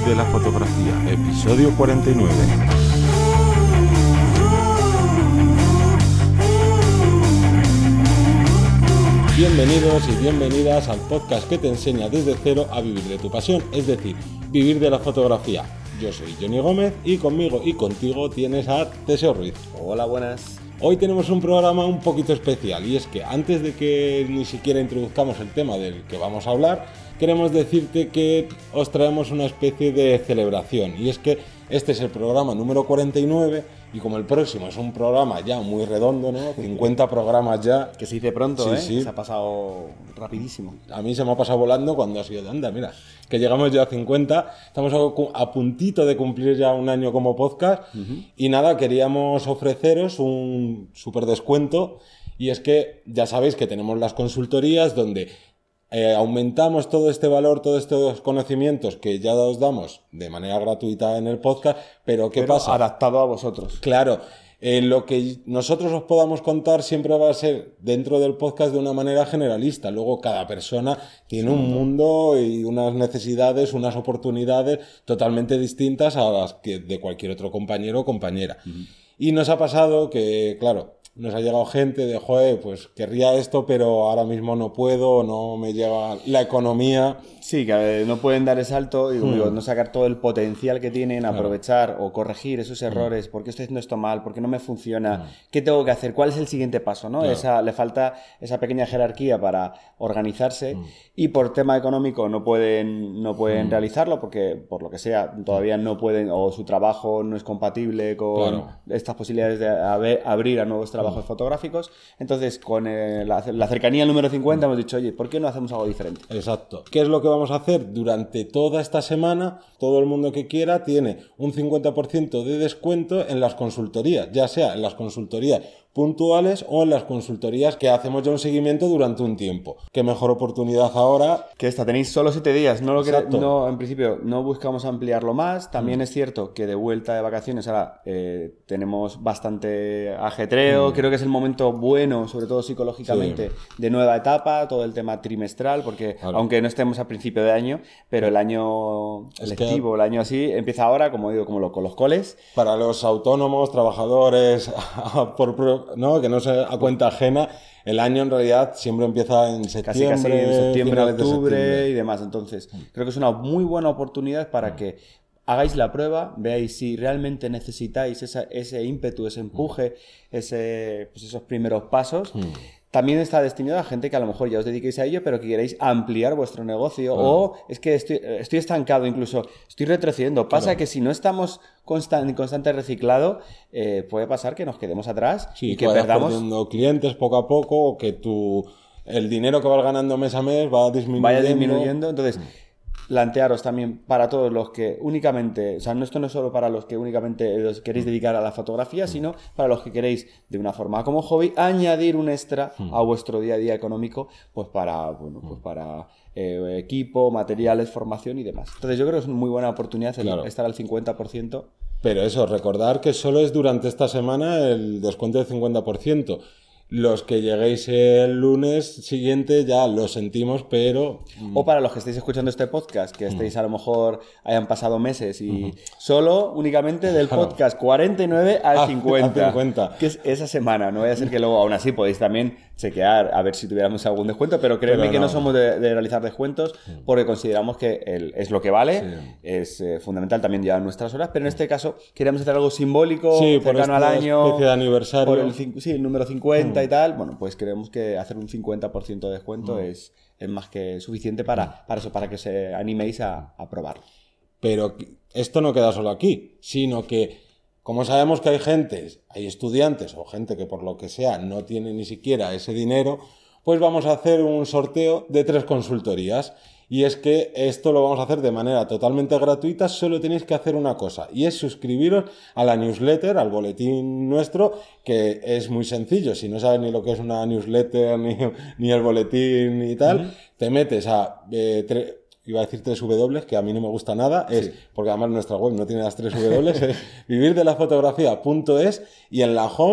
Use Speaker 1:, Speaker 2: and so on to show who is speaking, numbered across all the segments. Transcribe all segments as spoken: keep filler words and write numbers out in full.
Speaker 1: de la fotografía, episodio cuarenta y nueve. Bienvenidos y bienvenidas al podcast que te enseña desde cero a vivir de tu pasión, es decir, vivir de la fotografía. Yo soy Johnny Gómez y conmigo y contigo tienes a Teseo Ruiz.
Speaker 2: Hola, buenas.
Speaker 1: Hoy tenemos un programa un poquito especial y es que antes de que ni siquiera introduzcamos el tema del que vamos a hablar, queremos decirte que os traemos una especie de celebración y es que este es el programa número cuarenta y nueve y como el próximo es un programa ya muy redondo, ¿no? cincuenta programas ya.
Speaker 2: Que se dice pronto,
Speaker 1: sí,
Speaker 2: ¿eh?
Speaker 1: Sí.
Speaker 2: Se ha pasado rapidísimo.
Speaker 1: A mí se me ha pasado volando cuando ha sido de anda, mira, que llegamos ya a cincuenta, estamos a, a puntito de cumplir ya un año como podcast uh-huh. Y nada, queríamos ofreceros un súper descuento y es que ya sabéis que tenemos las consultorías donde Eh, aumentamos todo este valor, todos estos conocimientos que ya os damos de manera gratuita en el podcast, pero ¿qué
Speaker 2: pero
Speaker 1: pasa?
Speaker 2: Adaptado a vosotros.
Speaker 1: Claro, eh, lo que nosotros os podamos contar siempre va a ser dentro del podcast de una manera generalista. Luego cada persona tiene un mundo y unas necesidades, unas oportunidades totalmente distintas a las que de cualquier otro compañero o compañera. Uh-huh. Y nos ha pasado que, claro, nos ha llegado gente de, joder, pues querría esto, pero ahora mismo no puedo, no me llega la economía.
Speaker 2: Sí, que no pueden dar el salto y digo, mm. no sacar todo el potencial que tienen, claro. Aprovechar o corregir esos errores. Mm. ¿Por qué estoy haciendo esto mal? ¿Por qué no me funciona? Mm. ¿Qué tengo que hacer? ¿Cuál es el siguiente paso? ¿No? Claro. Esa, le falta esa pequeña jerarquía para organizarse mm. y por tema económico no pueden, no pueden mm. realizarlo porque, por lo que sea, todavía no pueden o su trabajo no es compatible con claro. estas posibilidades de haber, abrir a nuevos trabajos trabajos fotográficos. Entonces, con el, la, la cercanía al número cincuenta hemos dicho, oye, ¿por qué no hacemos algo diferente?
Speaker 1: Exacto. ¿Qué es lo que vamos a hacer? Durante toda esta semana, todo el mundo que quiera tiene un cincuenta por ciento de descuento en las consultorías, ya sea en las consultorías puntuales o en las consultorías que hacemos ya un seguimiento durante un tiempo. Qué mejor oportunidad ahora.
Speaker 2: Que esta, tenéis solo siete días, no lo que, no, en principio no buscamos ampliarlo más. También mm. es cierto que de vuelta de vacaciones ahora eh, tenemos bastante ajetreo, mm. creo que es el momento bueno, sobre todo psicológicamente, sí. de nueva etapa, todo el tema trimestral, porque claro. aunque no estemos a principio de año, pero el año es lectivo, que... el año así, empieza ahora, como digo, como lo, con los coles.
Speaker 1: Para los autónomos, trabajadores, por ¿no? que no sea a cuenta ajena, el año en realidad siempre empieza en septiembre,
Speaker 2: casi, casi en septiembre, octubre
Speaker 1: de septiembre
Speaker 2: y demás. Entonces, mm. creo que es una muy buena oportunidad para mm. que hagáis la prueba, veáis si realmente necesitáis esa, ese ímpetu, ese empuje, mm. ese, pues esos primeros pasos. Mm. También está destinado a gente que a lo mejor ya os dediquéis a ello, pero que queréis ampliar vuestro negocio. Claro. O es que estoy, estoy estancado, incluso estoy retrocediendo. Pasa claro. que si no estamos constant, en constante reciclado, eh, puede pasar que nos quedemos atrás
Speaker 1: sí,
Speaker 2: y que perdamos
Speaker 1: perdiendo clientes poco a poco, o que tu, el dinero que vas ganando mes a mes va disminuyendo.
Speaker 2: Vaya disminuyendo. Entonces, plantearos también para todos los que únicamente, o sea, esto no es solo para los que únicamente os queréis dedicar a la fotografía, sino para los que queréis, de una forma como hobby, añadir un extra a vuestro día a día económico, pues para, bueno, pues para eh, equipo, materiales, formación y demás. Entonces yo creo que es una muy buena oportunidad el, claro. estar al cincuenta por ciento.
Speaker 1: Pero eso, recordar que solo es durante esta semana el descuento del cincuenta por ciento. Los que lleguéis el lunes siguiente ya lo sentimos, pero...
Speaker 2: O para los que estéis escuchando este podcast, que estéis a lo mejor hayan pasado meses y uh-huh. solo únicamente del podcast cuarenta y nueve al cincuenta,
Speaker 1: cincuenta,
Speaker 2: que es esa semana. No vaya a ser que luego, aún así, podéis también chequear a ver si tuviéramos algún descuento, pero créeme pero que no, no somos de, de realizar descuentos porque consideramos que el, es lo que vale, sí. es eh, fundamental también llevar nuestras horas, pero en este caso queremos hacer algo simbólico,
Speaker 1: sí,
Speaker 2: cercano al año,
Speaker 1: especie de aniversario.
Speaker 2: Por el, sí, el número cincuenta y tal, bueno, pues creemos que hacer un cincuenta por ciento de descuento mm. es, es más que suficiente para, para eso, para que se animéis a, a probarlo.
Speaker 1: Pero esto no queda solo aquí, sino que como sabemos que hay gente, hay estudiantes o gente que por lo que sea no tiene ni siquiera ese dinero, pues vamos a hacer un sorteo de tres consultorías. Y es que esto lo vamos a hacer de manera totalmente gratuita, solo tenéis que hacer una cosa, y es suscribiros a la newsletter, al boletín nuestro, que es muy sencillo. Si no sabes ni lo que es una newsletter, ni, ni el boletín ni tal, uh-huh. te metes a... Eh, tre- iba a decir tres W, que a mí no me gusta nada, es, sí. porque además nuestra web no tiene las tres W, es vivir de la fotografía punto es, y en la home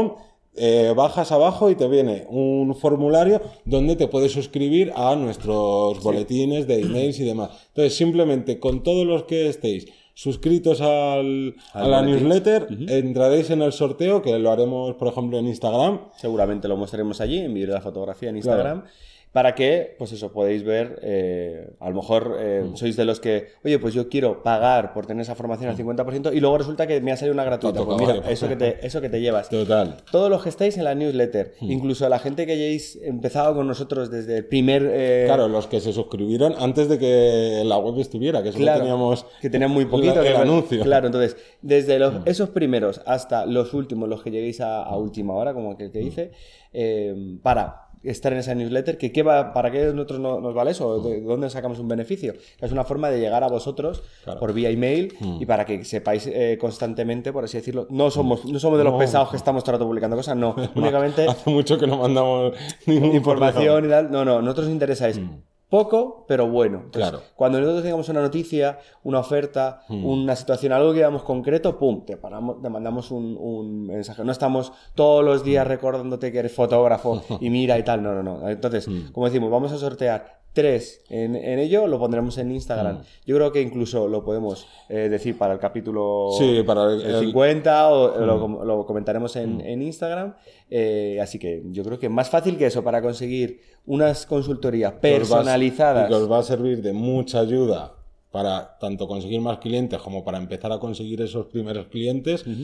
Speaker 1: eh, bajas abajo y te viene un formulario donde te puedes suscribir a nuestros sí. boletines de emails y demás. Entonces, simplemente con todos los que estéis suscritos al, a la boletín. newsletter, uh-huh. entraréis en el sorteo, que lo haremos, por ejemplo, en Instagram.
Speaker 2: Seguramente lo mostraremos allí, en Vivir de la Fotografía en Instagram. Claro. Para que, pues eso, podéis ver, eh, a lo mejor eh, mm. sois de los que, oye, pues yo quiero pagar por tener esa formación al cincuenta por ciento y luego resulta que me ha salido una gratuita. Pues mira, eso que, te, eso que te llevas.
Speaker 1: Total.
Speaker 2: Todos los que estáis en la newsletter, mm. incluso la gente que hayáis empezado con nosotros desde el primer... Eh...
Speaker 1: Claro, los que se suscribieron antes de que la web estuviera, que solo
Speaker 2: claro,
Speaker 1: teníamos...
Speaker 2: Que tenían muy poquito.
Speaker 1: La, el
Speaker 2: que
Speaker 1: anuncio.
Speaker 2: Claro, entonces, desde los, mm. esos primeros hasta los últimos, los que lleguéis a, a última hora, como aquel que dice, eh, para... estar en esa newsletter, que qué va, ¿para qué nosotros no, nos vale eso? ¿De dónde sacamos un beneficio? Es una forma de llegar a vosotros claro. por vía email mm. y para que sepáis eh, constantemente, por así decirlo, no somos, no somos de los no. pesados que estamos todo el rato publicando cosas, no, únicamente...
Speaker 1: Hace mucho que no mandamos ninguna
Speaker 2: información y tal, no, no, nosotros nos interesa es... Mm. Poco, pero bueno. Entonces,
Speaker 1: claro.
Speaker 2: Cuando nosotros tengamos una noticia, una oferta, mm. una situación, algo que veamos concreto, pum, te, paramos, te mandamos un, un mensaje. No estamos todos los días recordándote que eres fotógrafo y mira y tal. No, no, no. Entonces, mm. como decimos, vamos a sortear tres en, en ello, lo pondremos en Instagram. Mm. Yo creo que incluso lo podemos eh, decir para el capítulo
Speaker 1: sí, para el,
Speaker 2: el cincuenta o mm. lo, lo comentaremos en, mm. en Instagram. Eh, así que yo creo que más fácil que eso para conseguir unas consultorías personalizadas.
Speaker 1: Y que os va a servir de mucha ayuda para tanto conseguir más clientes como para empezar a conseguir esos primeros clientes. Uh-huh.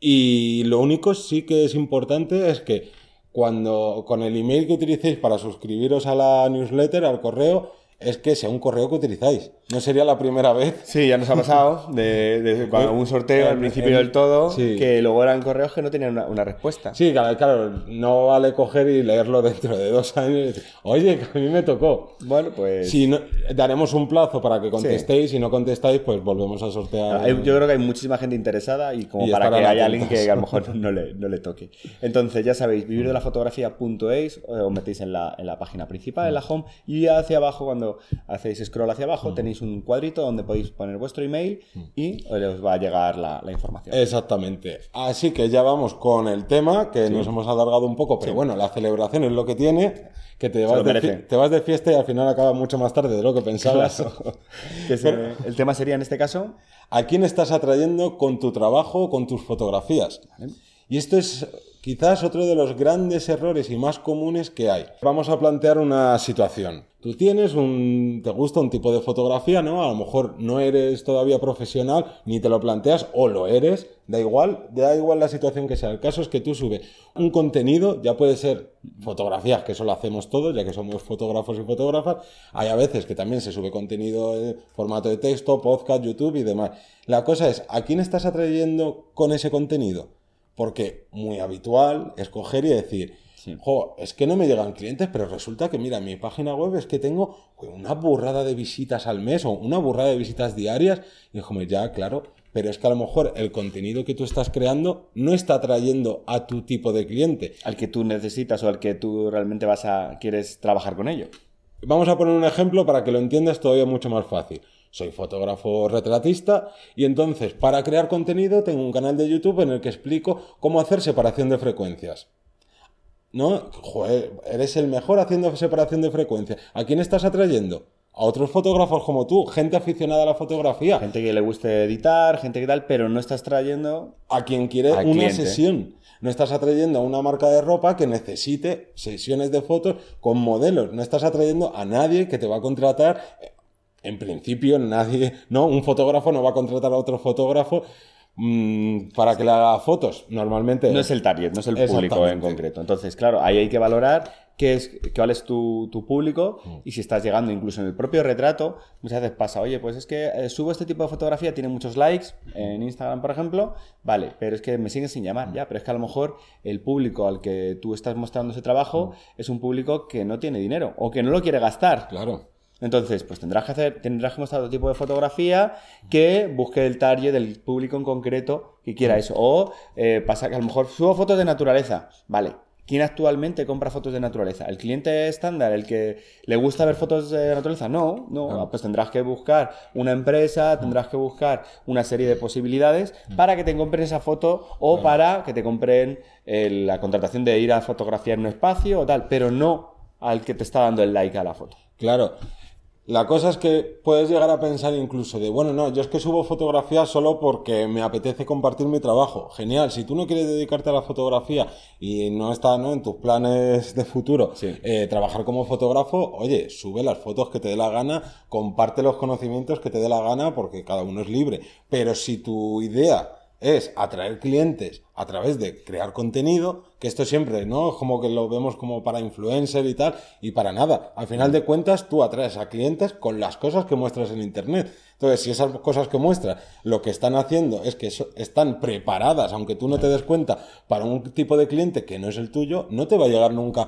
Speaker 1: Y lo único sí que es importante es que cuando con el email que utilicéis para suscribiros a la newsletter, al correo, es que sea un correo que utilizáis. No sería la primera vez.
Speaker 2: Sí, ya nos ha pasado de, de, de un sorteo al principio el, del todo, sí. que luego eran correos que no tenían una, una respuesta.
Speaker 1: Sí, claro, claro, no vale coger y leerlo dentro de dos años y decir, oye, que a mí me tocó.
Speaker 2: Bueno, pues...
Speaker 1: Si no, daremos un plazo para que contestéis, sí. Si no contestáis, pues volvemos a sortear.
Speaker 2: Hay, yo creo que hay muchísima gente interesada y como y para que haya alguien que a lo mejor no le, no le toque. Entonces, ya sabéis, vivir de la fotografía punto es, os metéis en la, en la página principal, en la home, y hacia abajo, cuando hacéis scroll hacia abajo, mm. tenéis un cuadrito donde podéis poner vuestro email y os va a llegar la, la información.
Speaker 1: Exactamente. Así que ya vamos con el tema, que sí. nos hemos alargado un poco, pero sí. bueno, la celebración es lo que tiene, que te vas, de, te vas de fiesta y al final acaba mucho más tarde de lo que pensabas.
Speaker 2: Claro. que se, pero, el tema sería en este caso...
Speaker 1: ¿A quién estás atrayendo con tu trabajo, con tus fotografías? Vale. Y esto es quizás otro de los grandes errores y más comunes que hay. Vamos a plantear una situación. Tú tienes un... te gusta un tipo de fotografía, ¿no? A lo mejor no eres todavía profesional, ni te lo planteas, o lo eres, da igual, da igual la situación que sea. El caso es que tú subes un contenido, ya puede ser fotografías, que eso lo hacemos todos, ya que somos fotógrafos y fotógrafas. Hay a veces que también se sube contenido en formato de texto, podcast, YouTube y demás. La cosa es, ¿a quién estás atrayendo con ese contenido? Porque muy habitual es coger y decir... Sí. Jo, es que no me llegan clientes, pero resulta que, mira, en mi página web es que tengo una burrada de visitas al mes o una burrada de visitas diarias. Y es como, ya, claro, pero es que a lo mejor el contenido que tú estás creando no está atrayendo a tu tipo de cliente.
Speaker 2: Al que tú necesitas o al que tú realmente vas a quieres trabajar con ello.
Speaker 1: Vamos a poner un ejemplo para que lo entiendas todavía mucho más fácil. Soy fotógrafo retratista y entonces para crear contenido tengo un canal de YouTube en el que explico cómo hacer separación de frecuencias. ¿No? Joder, eres el mejor haciendo separación de frecuencias. ¿A quién estás atrayendo? A otros fotógrafos como tú, gente aficionada a la fotografía.
Speaker 2: Gente que le guste editar, gente que tal, pero no estás trayendo...
Speaker 1: A quien quiere una cliente. Sesión. No estás atrayendo a una marca de ropa que necesite sesiones de fotos con modelos. No estás atrayendo a nadie que te va a contratar... En principio, nadie... No, un fotógrafo no va a contratar a otro fotógrafo... para que le haga fotos, normalmente...
Speaker 2: No es el target, no es el público en concreto. Entonces, claro, ahí hay que valorar qué es, cuál es tu, tu público mm. y si estás llegando incluso en el propio retrato, muchas veces pasa, oye, pues es que eh, subo este tipo de fotografía, tiene muchos likes en Instagram, por ejemplo, vale, pero es que me siguen sin llamar, mm. ya, pero es que a lo mejor el público al que tú estás mostrando ese trabajo mm. es un público que no tiene dinero o que no lo quiere gastar.
Speaker 1: Claro.
Speaker 2: Entonces, pues tendrás que hacer, tendrás que mostrar otro tipo de fotografía que busque el target del público en concreto que quiera eso. O eh, pasa que a lo mejor subo fotos de naturaleza, vale, ¿quién actualmente compra fotos de naturaleza? ¿El cliente estándar, el que le gusta ver fotos de naturaleza? No, no, no. Pues tendrás que buscar una empresa, tendrás que buscar una serie de posibilidades para que te compren esa foto o para que te compren eh, la contratación de ir a fotografiar un espacio o tal, pero no al que te está dando el like a la foto.
Speaker 1: Claro. La cosa es que puedes llegar a pensar incluso de, bueno, no, yo es que subo fotografías solo porque me apetece compartir mi trabajo. Genial, si tú no quieres dedicarte a la fotografía y no está, ¿no?, en tus planes de futuro, sí. eh, trabajar como fotógrafo, oye, sube las fotos que te dé la gana, comparte los conocimientos que te dé la gana, porque cada uno es libre. Pero si tu idea es atraer clientes a través de crear contenido, que esto siempre, ¿no?, como que lo vemos como para influencer y tal, y para nada. Al final de cuentas, tú atraes a clientes con las cosas que muestras en Internet. Entonces, si esas cosas que muestras lo que están haciendo es que so- están preparadas, aunque tú no te des cuenta, para un tipo de cliente que no es el tuyo, no te va a llegar nunca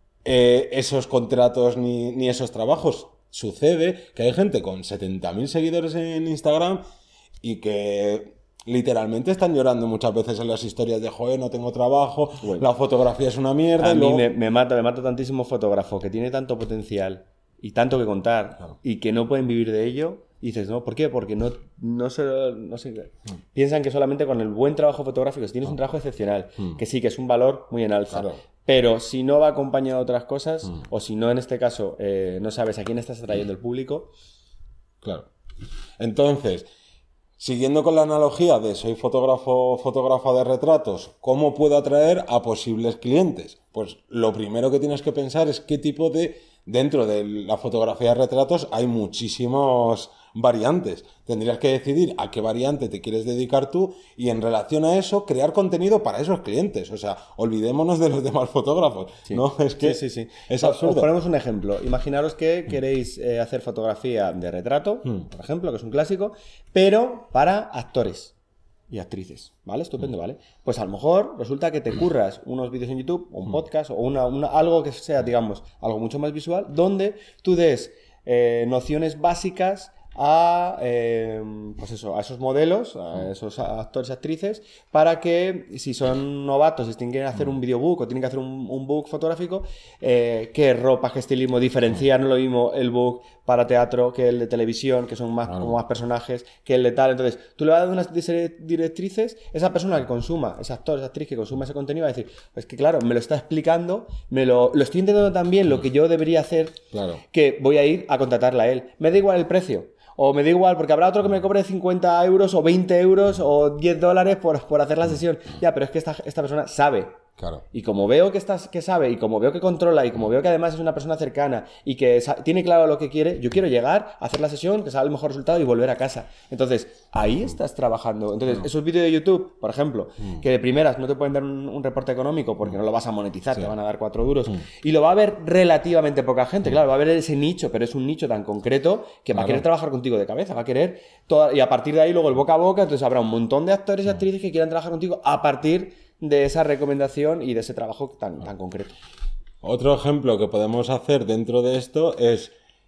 Speaker 1: eh, esos contratos ni, ni esos trabajos. Sucede que hay gente con setenta mil seguidores en Instagram y que literalmente están llorando muchas veces en las historias de, joder, no tengo trabajo, bueno, la fotografía es una mierda.
Speaker 2: A
Speaker 1: y
Speaker 2: mí
Speaker 1: luego...
Speaker 2: me, me mata, me mata tantísimo fotógrafo que tiene tanto potencial y tanto que contar, claro, y que no pueden vivir de ello. Y dices, ¿no? ¿Por qué? Porque no, no, se, no sé, mm. piensan que solamente con el buen trabajo fotográfico, si tienes mm. un trabajo excepcional, mm. que sí, que es un valor muy en alza, claro, pero si no va acompañado de otras cosas, mm. o si no, en este caso, eh, no sabes a quién estás atrayendo el público.
Speaker 1: Claro. Entonces, siguiendo con la analogía de soy fotógrafo, fotógrafa de retratos, ¿cómo puedo atraer a posibles clientes? Pues lo primero que tienes que pensar es qué tipo de... Dentro de la fotografía de retratos hay muchísimos variantes. Tendrías que decidir a qué variante te quieres dedicar tú y en relación a eso crear contenido para esos clientes. O sea, olvidémonos de los demás fotógrafos.
Speaker 2: Sí.
Speaker 1: ¿No? Es que
Speaker 2: sí, sí, sí.
Speaker 1: es absurdo.
Speaker 2: Os ponemos un ejemplo. Imaginaros que queréis eh, hacer fotografía de retrato, mm. por ejemplo, que es un clásico, pero para actores y actrices, ¿vale? Estupendo, ¿vale? Pues a lo mejor resulta que te curras unos vídeos en YouTube o un podcast o una, una, algo que sea, digamos, algo mucho más visual, donde tú des eh, nociones básicas a, eh, pues eso, a esos modelos, a esos actores y actrices, para que si son novatos y tienen que hacer un videobook o tienen que hacer un, un book fotográfico, eh, qué ropa, qué estilismo, diferenciar, no lo mismo el book para teatro que el de televisión, que son más, claro, como más personajes que el de tal. Entonces, tú le vas a dar unas directrices, esa persona que consuma, ese actor, esa actriz que consuma ese contenido va a decir, pues que claro, me lo está explicando, me lo, lo estoy entendiendo también lo que yo debería hacer,
Speaker 1: claro,
Speaker 2: que voy a ir a contratarla a él. Me da igual el precio. O me da igual, porque habrá otro que me cobre cincuenta euros o veinte euros o diez dólares por, por hacer la sesión. Ya, pero es que esta, esta persona sabe.
Speaker 1: Claro.
Speaker 2: Y como veo que, estás, que sabe, y como veo que controla, y como veo que además es una persona cercana y que tiene claro lo que quiere, yo quiero llegar a hacer la sesión, que salga el mejor resultado y volver a casa. Entonces, ahí estás trabajando. Entonces, no. esos vídeos de YouTube, por ejemplo, mm. que de primeras no te pueden dar un, un reporte económico porque no lo vas a monetizar, sí. te van a dar cuatro duros, mm. y lo va a ver relativamente poca gente. Mm. Claro, va a ver ese nicho, pero es un nicho tan concreto que claro. va a querer trabajar contigo de cabeza, va a querer toda, y a partir de ahí luego el boca a boca, entonces habrá un montón de actores y actrices que quieran trabajar contigo a partir de esa recomendación y de ese trabajo tan, tan concreto.
Speaker 1: Otro ejemplo que podemos hacer dentro de esto es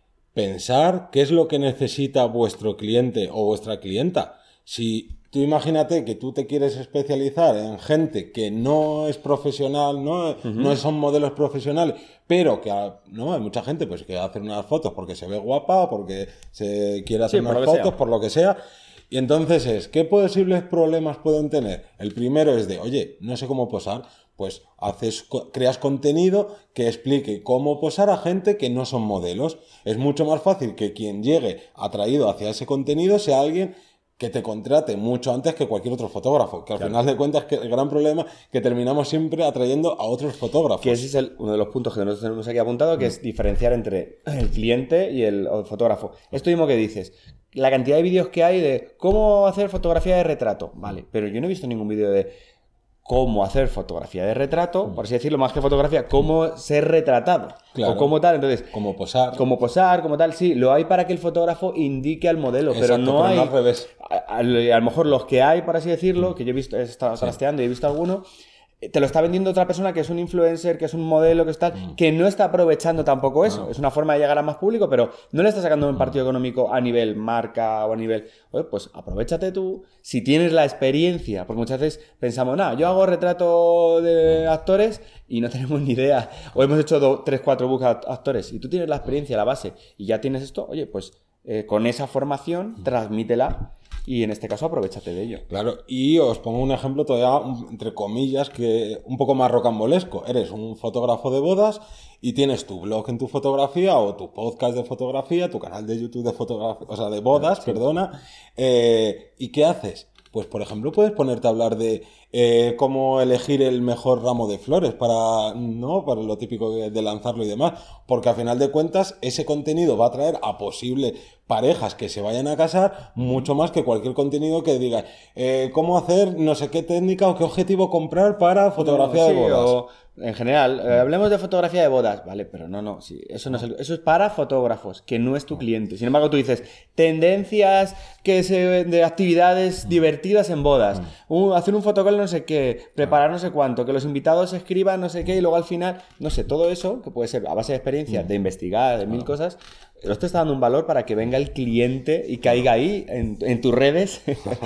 Speaker 1: pensar qué es lo que necesita vuestro cliente o vuestra clienta. Si tú imagínate que tú te quieres especializar en gente que no es profesional, no, uh-huh. no son modelos profesionales, pero que no hay mucha gente pues que hace unas fotos porque se ve guapa o porque se quiere hacer sí, unas fotos sea. por lo que sea. Y entonces es, ¿qué posibles problemas pueden tener? El primero es de, oye, no sé cómo posar, pues haces, creas contenido que explique cómo posar a gente que no son modelos. Es mucho más fácil que quien llegue atraído hacia ese contenido sea alguien que te contrate mucho antes que cualquier otro fotógrafo, que al claro. final de cuentas que el gran problema es que terminamos siempre atrayendo a otros fotógrafos.
Speaker 2: Que ese es el, uno de los puntos que nosotros tenemos aquí apuntado, que mm. es diferenciar entre el cliente y el, el fotógrafo. Esto mismo que dices, la cantidad de vídeos que hay de cómo hacer fotografía de retrato, vale, pero yo no he visto ningún vídeo de cómo hacer fotografía de retrato, mm. por así decirlo, más que fotografía, cómo ser retratado, claro. o cómo tal, entonces...
Speaker 1: Cómo posar.
Speaker 2: Cómo posar, como tal, sí, lo hay para que el fotógrafo indique al modelo, exacto, pero no pero hay...
Speaker 1: No al revés.
Speaker 2: A, a, a lo mejor los que hay, por así decirlo, mm. que yo he visto, he estado trasteando sí. y he visto alguno, te lo está vendiendo otra persona que es un influencer, que es un modelo, que está, mm. que no está aprovechando tampoco eso. No. Es una forma de llegar a más público, pero no le está sacando un partido económico a nivel marca o a nivel... Oye, pues aprovechate tú, si tienes la experiencia, porque muchas veces pensamos, nada, yo hago retrato de actores y no tenemos ni idea, o hemos hecho dos, tres, cuatro books a actores, y tú tienes la experiencia, la base, y ya tienes esto, oye, pues eh, con esa formación, transmítela. Y en este caso, aprovechate de ello.
Speaker 1: Claro, y os pongo un ejemplo todavía, entre comillas, que un poco más rocambolesco. Eres un fotógrafo de bodas y tienes tu blog en tu fotografía o tu podcast de fotografía, tu canal de YouTube de fotografía, o sea, de bodas, sí. perdona. Eh, ¿Y qué haces? Pues, por ejemplo, puedes ponerte a hablar de eh, cómo elegir el mejor ramo de flores para, ¿no? para lo típico de lanzarlo y demás. Porque, al final de cuentas, ese contenido va a atraer a posibles parejas que se vayan a casar mucho más que cualquier contenido que diga eh, cómo hacer no sé qué técnica o qué objetivo comprar para fotografía no, sí, de bodas.
Speaker 2: O... En general, eh, hablemos de fotografía de bodas, vale, pero no, no, sí, eso no es el, eso es para fotógrafos, que no es tu cliente. Sin embargo, tú dices tendencias que se de actividades divertidas en bodas, un, hacer un fotocall no sé qué, preparar no sé cuánto, que los invitados escriban no sé qué y luego al final, no sé, todo eso que puede ser a base de experiencia, de investigar, de mil cosas. Esto te está dando un valor para que venga el cliente y caiga ahí en, en tus redes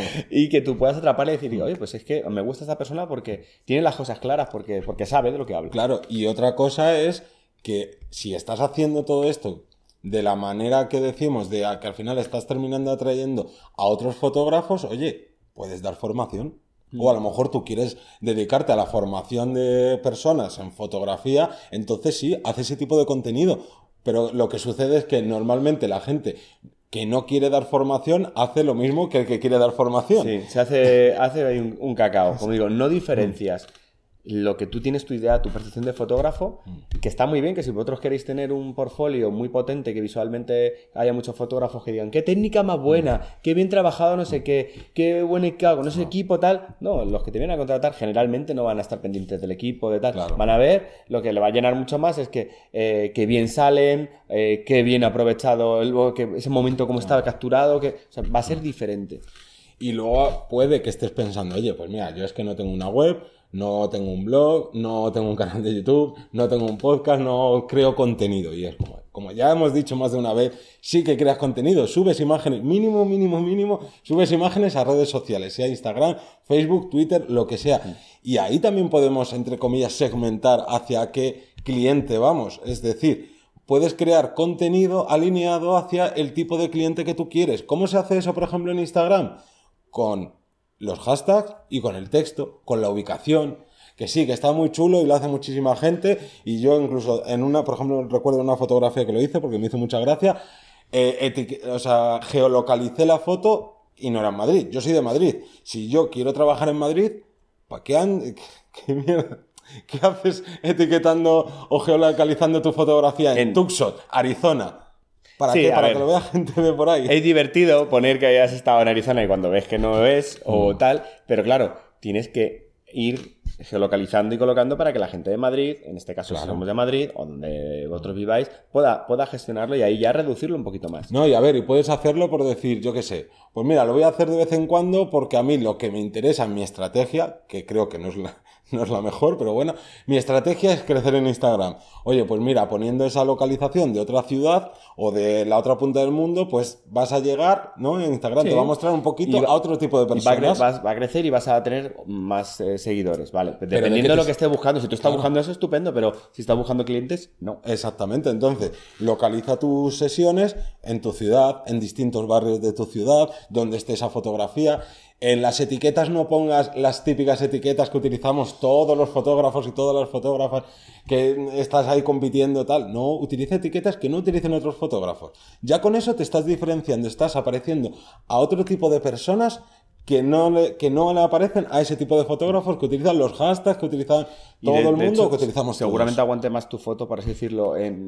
Speaker 2: y que tú puedas atraparle y decir, oye, pues es que me gusta esta persona porque tiene las cosas claras, porque, porque sabe de lo que habla.
Speaker 1: Claro, y otra cosa es que si estás haciendo todo esto de la manera que decimos, de que al final estás terminando atrayendo a otros fotógrafos, oye, puedes dar formación. O a lo mejor tú quieres dedicarte a la formación de personas en fotografía, entonces sí, haz ese tipo de contenido. Pero lo que sucede es que normalmente la gente que no quiere dar formación hace lo mismo que el que quiere dar formación.
Speaker 2: Sí, se hace, hace ahí un, un cacao. Como digo, no diferencias lo que tú tienes, tu idea, tu percepción de fotógrafo, que está muy bien, que si vosotros queréis tener un portfolio muy potente, que visualmente haya muchos fotógrafos que digan, qué técnica más buena, qué bien trabajado, no sé qué, qué buen equipo, no sé equipo, tal. No, los que te vienen a contratar generalmente no van a estar pendientes del equipo, de tal. Claro. Van a ver, lo que le va a llenar mucho más es que, eh, que bien salen, eh, qué bien aprovechado el, que ese momento como estaba capturado, que, o sea, va a ser diferente.
Speaker 1: Y luego puede que estés pensando, oye, pues mira, yo es que no tengo una web, no tengo un blog, no tengo un canal de YouTube, no tengo un podcast, no creo contenido. Y es como, como ya hemos dicho más de una vez, sí que creas contenido, subes imágenes, mínimo, mínimo, mínimo, subes imágenes a redes sociales, sea Instagram, Facebook, Twitter, lo que sea. Y ahí también podemos, entre comillas, segmentar hacia qué cliente vamos. Es decir, puedes crear contenido alineado hacia el tipo de cliente que tú quieres. ¿Cómo se hace eso, por ejemplo, en Instagram? Con los hashtags y con el texto, con la ubicación, que sí, que está muy chulo y lo hace muchísima gente, y yo incluso en una, por ejemplo, recuerdo una fotografía que lo hice porque me hizo mucha gracia, eh, etique- o sea, geolocalicé la foto y no era en Madrid, yo soy de Madrid, si yo quiero trabajar en Madrid, ¿para qué, and- qué, qué mierda? ¿Qué haces etiquetando o geolocalizando tu fotografía en, en... Tucson, Arizona? ¿Para sí, qué? Para ver, que lo vea gente de por ahí.
Speaker 2: Es divertido poner que hayas estado en Arizona y cuando ves que no es o mm. tal, pero claro, tienes que ir geolocalizando y colocando para que la gente de Madrid, en este caso claro. si somos de Madrid o donde vosotros viváis, pueda, pueda gestionarlo y ahí ya reducirlo un poquito más.
Speaker 1: No, y a ver, y puedes hacerlo por decir, yo qué sé, pues mira, lo voy a hacer de vez en cuando porque a mí lo que me interesa en mi estrategia, que creo que no es la... no es la mejor, pero bueno, mi estrategia es crecer en Instagram. Oye, pues mira, poniendo esa localización de otra ciudad o de la otra punta del mundo, pues vas a llegar, ¿no? En Instagram sí. te va a mostrar un poquito va, a otro tipo de personas.
Speaker 2: Va a, va a crecer y vas a tener más eh, seguidores, ¿vale? Dependiendo de, de lo que estés buscando. Si tú estás claro. buscando eso, estupendo, pero si estás buscando clientes, no.
Speaker 1: Exactamente. Entonces, localiza tus sesiones en tu ciudad, en distintos barrios de tu ciudad, donde esté esa fotografía. En las etiquetas no pongas las típicas etiquetas que utilizamos todos los fotógrafos y todas las fotógrafas que estás ahí compitiendo tal. No, utiliza etiquetas que no utilicen otros fotógrafos. Ya con eso te estás diferenciando, estás apareciendo a otro tipo de personas que no le, que no le aparecen a ese tipo de fotógrafos que utilizan los hashtags, que utilizan todo de, el mundo,
Speaker 2: hecho,
Speaker 1: o que utilizamos
Speaker 2: seguramente
Speaker 1: todos.
Speaker 2: Aguante más tu foto, por así decirlo, en...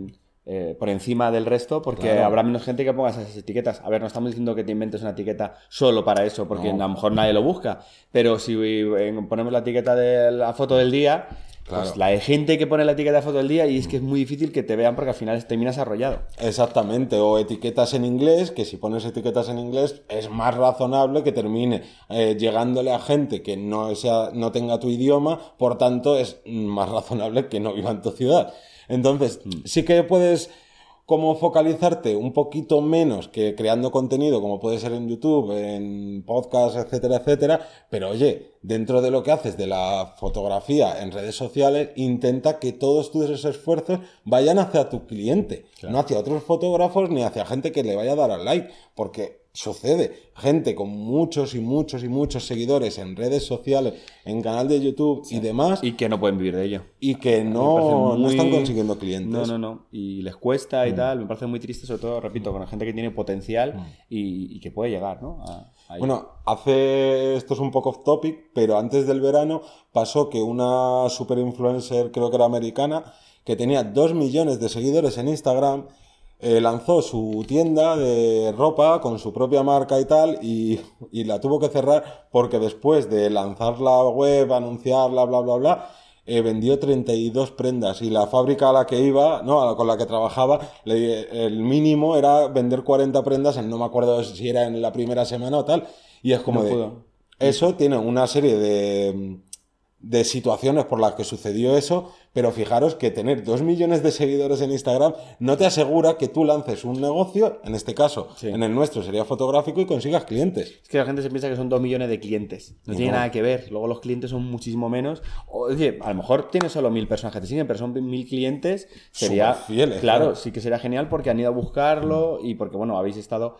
Speaker 2: eh, por encima del resto porque claro. habrá menos gente que ponga esas etiquetas. A ver, no estamos diciendo que te inventes una etiqueta solo para eso, porque no. a lo mejor nadie lo busca, pero si ponemos la etiqueta de la foto del día, claro. pues la hay gente que pone la etiqueta de foto del día y es que es muy difícil que te vean porque al final terminas arrollado.
Speaker 1: Exactamente, o etiquetas en inglés, que si pones etiquetas en inglés es más razonable que termine eh, llegándole a gente que no, sea, no tenga tu idioma, por tanto es más razonable que no viva en tu ciudad. Entonces, sí que puedes como focalizarte un poquito menos que creando contenido, como puede ser en YouTube, en podcast, etcétera, etcétera, pero oye, dentro de lo que haces de la fotografía en redes sociales, intenta que todos tus esfuerzos vayan hacia tu cliente, claro. no hacia otros fotógrafos ni hacia gente que le vaya a dar al like, porque sucede, gente con muchos y muchos y muchos seguidores en redes sociales, en canal de YouTube sí. y demás.
Speaker 2: Y que no pueden vivir de ello.
Speaker 1: Y que no, muy... no están consiguiendo clientes.
Speaker 2: No, no, no. Y les cuesta y mm. tal. Me parece muy triste, sobre todo, repito, con la gente que tiene potencial mm. y, y que puede llegar, ¿no? A,
Speaker 1: bueno, hace... Esto es un poco off topic, pero antes del verano pasó que una super influencer, creo que era americana, que tenía dos millones de seguidores en Instagram, Eh, lanzó su tienda de ropa con su propia marca y tal y, y la tuvo que cerrar porque después de lanzar la web, anunciarla, bla, bla, bla, eh, vendió treinta y dos prendas y la fábrica a la que iba, no, a la, con la que trabajaba, le, el mínimo era vender cuarenta prendas en no me acuerdo si era en la primera semana o tal y es como no de... Pudo. Eso tiene una serie de... de situaciones por las que sucedió eso, pero fijaros que tener dos millones de seguidores en Instagram no te asegura que tú lances un negocio, en este caso, sí. en el nuestro sería fotográfico, y consigas clientes.
Speaker 2: Es que la gente se piensa que son dos millones de clientes, no y tiene no. nada que ver, luego los clientes son muchísimo menos, o, oye, a lo mejor tienes solo mil personas que te siguen, pero son mil clientes, sería,
Speaker 1: fieles,
Speaker 2: claro,
Speaker 1: claro,
Speaker 2: sí que sería genial porque han ido a buscarlo mm. y porque, bueno, habéis estado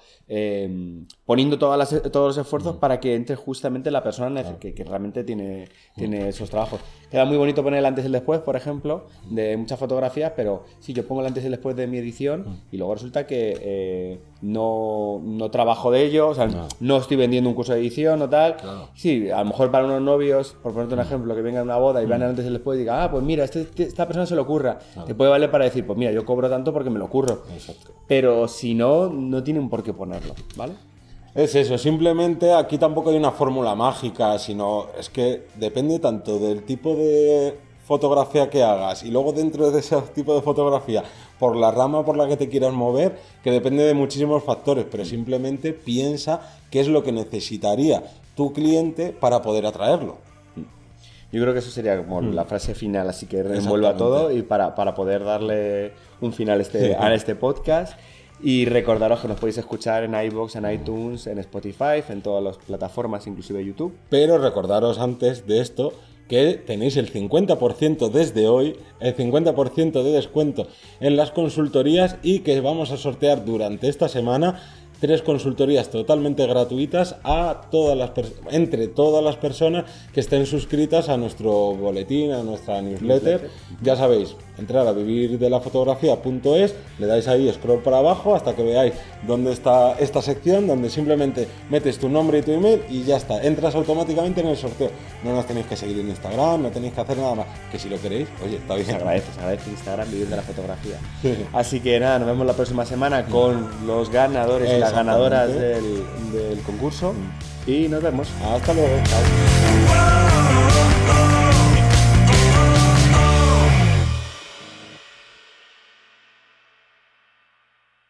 Speaker 2: eh, poniendo todas las, todos los esfuerzos mm. para que entre justamente la persona claro. que, que realmente tiene, tiene esos trabajos. Queda muy bonito poner el antes y el después, por ejemplo, de muchas fotografías, pero sí, yo pongo el antes y el después de mi edición y luego resulta que eh, no, no trabajo de ello, o sea, no. no estoy vendiendo un curso de edición o tal. Claro. Sí, a lo mejor para unos novios, por ponerte un ejemplo, que vengan a una boda y vean el antes y el después y digan, ah, pues mira, este, esta persona se lo ocurra. Claro. Te puede valer para decir, pues mira, yo cobro tanto porque me lo ocurro. Exacto. Pero si no, no tienen por qué ponerlo, ¿vale?
Speaker 1: Es eso, simplemente aquí tampoco hay una fórmula mágica, sino es que depende tanto del tipo de fotografía que hagas y luego dentro de ese tipo de fotografía, por la rama por la que te quieras mover, que depende de muchísimos factores, pero simplemente piensa qué es lo que necesitaría tu cliente para poder atraerlo.
Speaker 2: Yo creo que eso sería como mm. la frase final, así que revuelva todo y para, para poder darle un final este, sí. a este podcast. Y recordaros que nos podéis escuchar en iVoox, en iTunes, en Spotify, en todas las plataformas, inclusive YouTube.
Speaker 1: Pero recordaros antes de esto que tenéis el cincuenta por ciento desde hoy, el cincuenta por ciento de descuento en las consultorías y que vamos a sortear durante esta semana tres consultorías totalmente gratuitas a todas las entre todas las personas que estén suscritas a nuestro boletín, a nuestra newsletter. Ya sabéis, entrar a vivir de la fotografía punto es, le dais ahí scroll para abajo hasta que veáis dónde está esta sección, donde simplemente metes tu nombre y tu email y ya está, entras automáticamente en el sorteo. No nos tenéis que seguir en Instagram, no tenéis que hacer nada más, que si lo queréis, oye, está bien.
Speaker 2: Se agradece, se agradece Instagram, vivir de la fotografía. Así que nada, nos vemos la próxima semana con los ganadores y las ganadoras del, del concurso y nos vemos.
Speaker 1: Hasta luego. Chao.